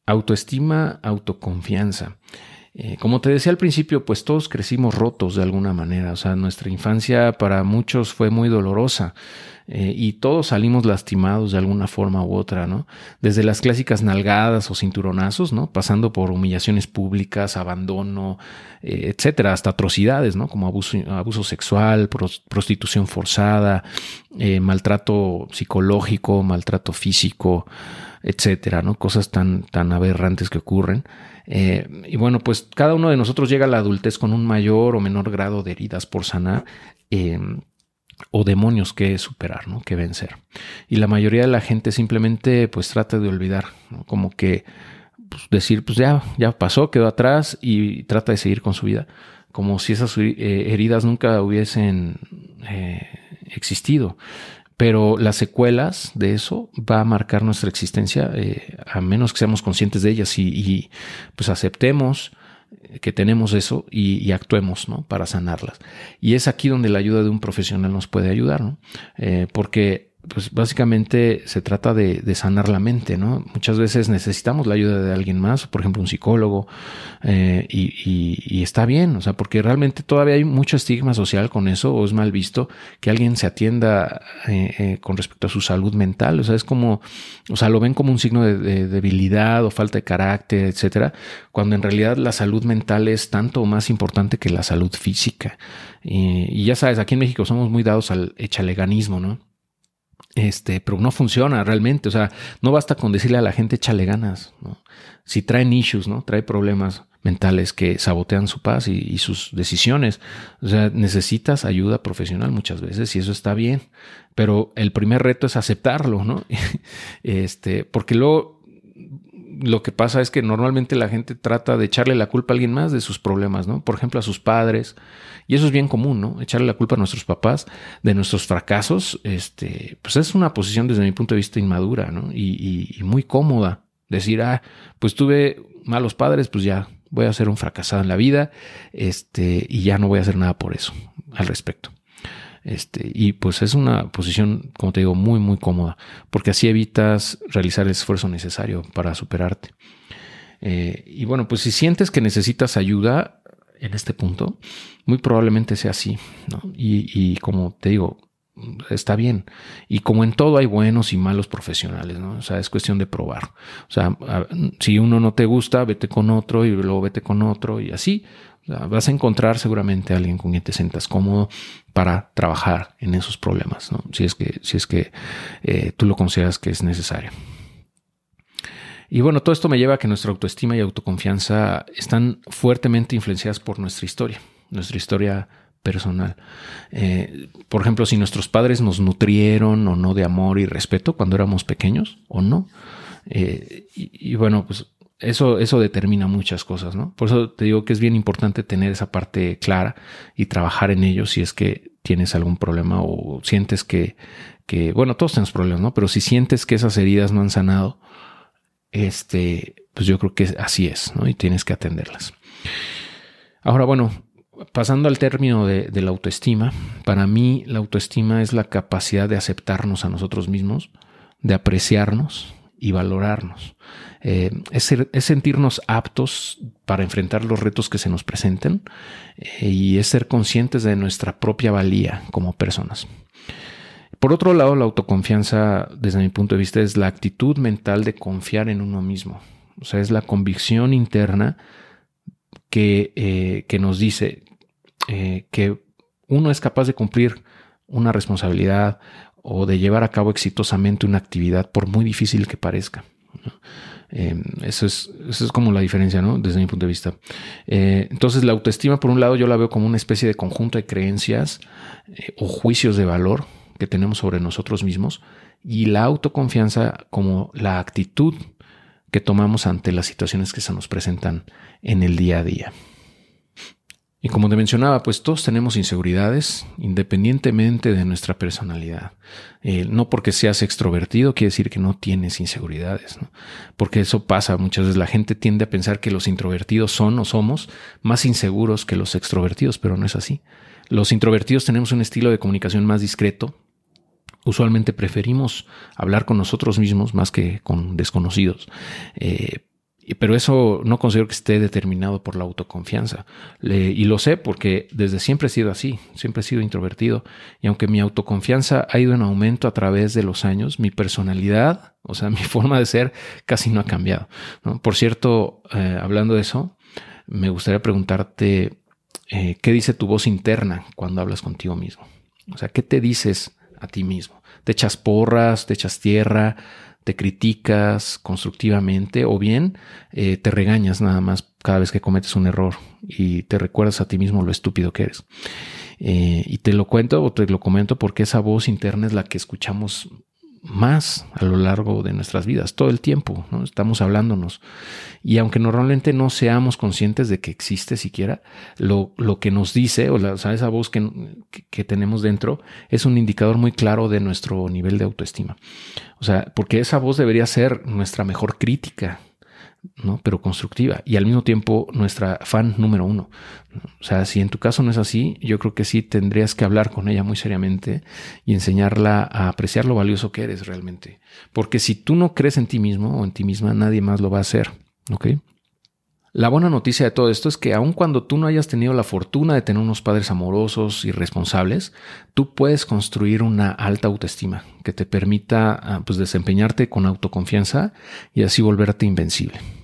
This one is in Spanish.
Autoestima, autoconfianza. Como te decía al principio, pues todos crecimos rotos de alguna manera. O sea, nuestra infancia para muchos fue muy dolorosa y todos salimos lastimados de alguna forma u otra, ¿no? Desde las clásicas nalgadas o cinturonazos, ¿no? Pasando por humillaciones públicas, abandono, etcétera, hasta atrocidades, ¿no? Como abuso sexual, prostitución forzada, maltrato psicológico, maltrato físico, etcétera, ¿no? Cosas tan aberrantes que ocurren. Y bueno, pues cada uno de nosotros llega a la adultez con un mayor o menor grado de heridas por sanar o demonios que superar, ¿no? Que vencer. Y la mayoría de la gente simplemente pues trata de olvidar, ¿no? Como que pues, decir, pues ya pasó, quedó atrás y trata de seguir con su vida. Como si esas heridas nunca hubiesen existido. Pero las secuelas de eso va a marcar nuestra existencia a menos que seamos conscientes de ellas y pues aceptemos que tenemos eso y actuemos, ¿no? Para sanarlas. Y es aquí donde la ayuda de un profesional nos puede ayudar, ¿no? Porque pues básicamente se trata de sanar la mente, ¿no? Muchas veces necesitamos la ayuda de alguien más, por ejemplo un psicólogo, y está bien, o sea, porque realmente todavía hay mucho estigma social con eso, o es mal visto que alguien se atienda con respecto a su salud mental. O sea, es como, o sea, lo ven como un signo de debilidad o falta de carácter, etcétera, cuando en realidad la salud mental es tanto o más importante que la salud física. Y ya sabes, aquí en México somos muy dados al echaleganismo, ¿no? Pero no funciona realmente. O sea, no basta con decirle a la gente échale ganas, ¿no? Si traen issues, ¿no? Trae problemas mentales que sabotean su paz y sus decisiones. O sea, necesitas ayuda profesional muchas veces y eso está bien. Pero el primer reto es aceptarlo, ¿no? Porque luego lo que pasa es que normalmente la gente trata de echarle la culpa a alguien más de sus problemas, ¿no? Por ejemplo, a sus padres. Y eso es bien común, ¿no? Echarle la culpa a nuestros papás de nuestros fracasos, pues es una posición desde mi punto de vista inmadura, ¿no? Y muy cómoda. Decir, pues tuve malos padres, pues ya voy a ser un fracasado en la vida, y ya no voy a hacer nada por eso al respecto. Y pues es una posición, como te digo, muy, muy cómoda, porque así evitas realizar el esfuerzo necesario para superarte. Y bueno, pues si sientes que necesitas ayuda en este punto, muy probablemente sea así, ¿no? Y como te digo, está bien. Y como en todo hay buenos y malos profesionales, ¿no? O sea, es cuestión de probar. O sea, si uno no te gusta, vete con otro y luego vete con otro y así. O sea, vas a encontrar seguramente a alguien con quien te sientas cómodo para trabajar en esos problemas, ¿no? Si es que tú lo consideras que es necesario. Y bueno, todo esto me lleva a que nuestra autoestima y autoconfianza están fuertemente influenciadas por nuestra historia personal. Por ejemplo, si nuestros padres nos nutrieron o no de amor y respeto cuando éramos pequeños o no. Y bueno, pues eso determina muchas cosas, ¿no? Por eso te digo que es bien importante tener esa parte clara y trabajar en ello si es que tienes algún problema o sientes que bueno, todos tenemos problemas, ¿no? Pero si sientes que esas heridas no han sanado, pues yo creo que así es, ¿no? Y tienes que atenderlas. Ahora, bueno, pasando al término de la autoestima, para mí la autoestima es la capacidad de aceptarnos a nosotros mismos, de apreciarnos y valorarnos. Es sentirnos aptos para enfrentar los retos que se nos presenten y es ser conscientes de nuestra propia valía como personas. Por otro lado, la autoconfianza, desde mi punto de vista, es la actitud mental de confiar en uno mismo. O sea, es la convicción interna que nos dice que uno es capaz de cumplir una responsabilidad o de llevar a cabo exitosamente una actividad, por muy difícil que parezca, ¿no? Eso es como la diferencia, ¿no? Desde mi punto de vista. Entonces, la autoestima, por un lado, yo la veo como una especie de conjunto de creencias o juicios de valor que tenemos sobre nosotros mismos, y la autoconfianza como la actitud que tomamos ante las situaciones que se nos presentan en el día a día. Y como te mencionaba, pues todos tenemos inseguridades independientemente de nuestra personalidad. No porque seas extrovertido quiere decir que no tienes inseguridades, ¿no? Porque eso pasa muchas veces. La gente tiende a pensar que los introvertidos son o somos más inseguros que los extrovertidos, pero no es así. Los introvertidos tenemos un estilo de comunicación más discreto. Usualmente preferimos hablar con nosotros mismos más que con desconocidos. Pero eso no considero que esté determinado por la autoconfianza. Y lo sé porque desde siempre he sido así, siempre he sido introvertido. Y aunque mi autoconfianza ha ido en aumento a través de los años, mi personalidad, o sea, mi forma de ser casi no ha cambiado, ¿no? Por cierto, hablando de eso, me gustaría preguntarte, ¿qué dice tu voz interna cuando hablas contigo mismo? O sea, ¿qué te dices a ti mismo? ¿Te echas porras, te echas tierra, te criticas constructivamente o bien te regañas nada más cada vez que cometes un error y te recuerdas a ti mismo lo estúpido que eres? Y te lo cuento o te lo comento porque esa voz interna es la que escuchamos más a lo largo de nuestras vidas, todo el tiempo, ¿no? Estamos hablándonos. Y aunque normalmente no seamos conscientes de que existe siquiera, lo que nos dice, o sea, esa voz que tenemos dentro, es un indicador muy claro de nuestro nivel de autoestima. O sea, porque esa voz debería ser nuestra mejor crítica, ¿no? Pero constructiva y al mismo tiempo nuestra fan número uno. O sea, si en tu caso no es así, yo creo que sí tendrías que hablar con ella muy seriamente y enseñarla a apreciar lo valioso que eres realmente. Porque si tú no crees en ti mismo o en ti misma, nadie más lo va a hacer, ¿ok? La buena noticia de todo esto es que aun cuando tú no hayas tenido la fortuna de tener unos padres amorosos y responsables, tú puedes construir una alta autoestima que te permita pues desempeñarte con autoconfianza y así volverte invencible.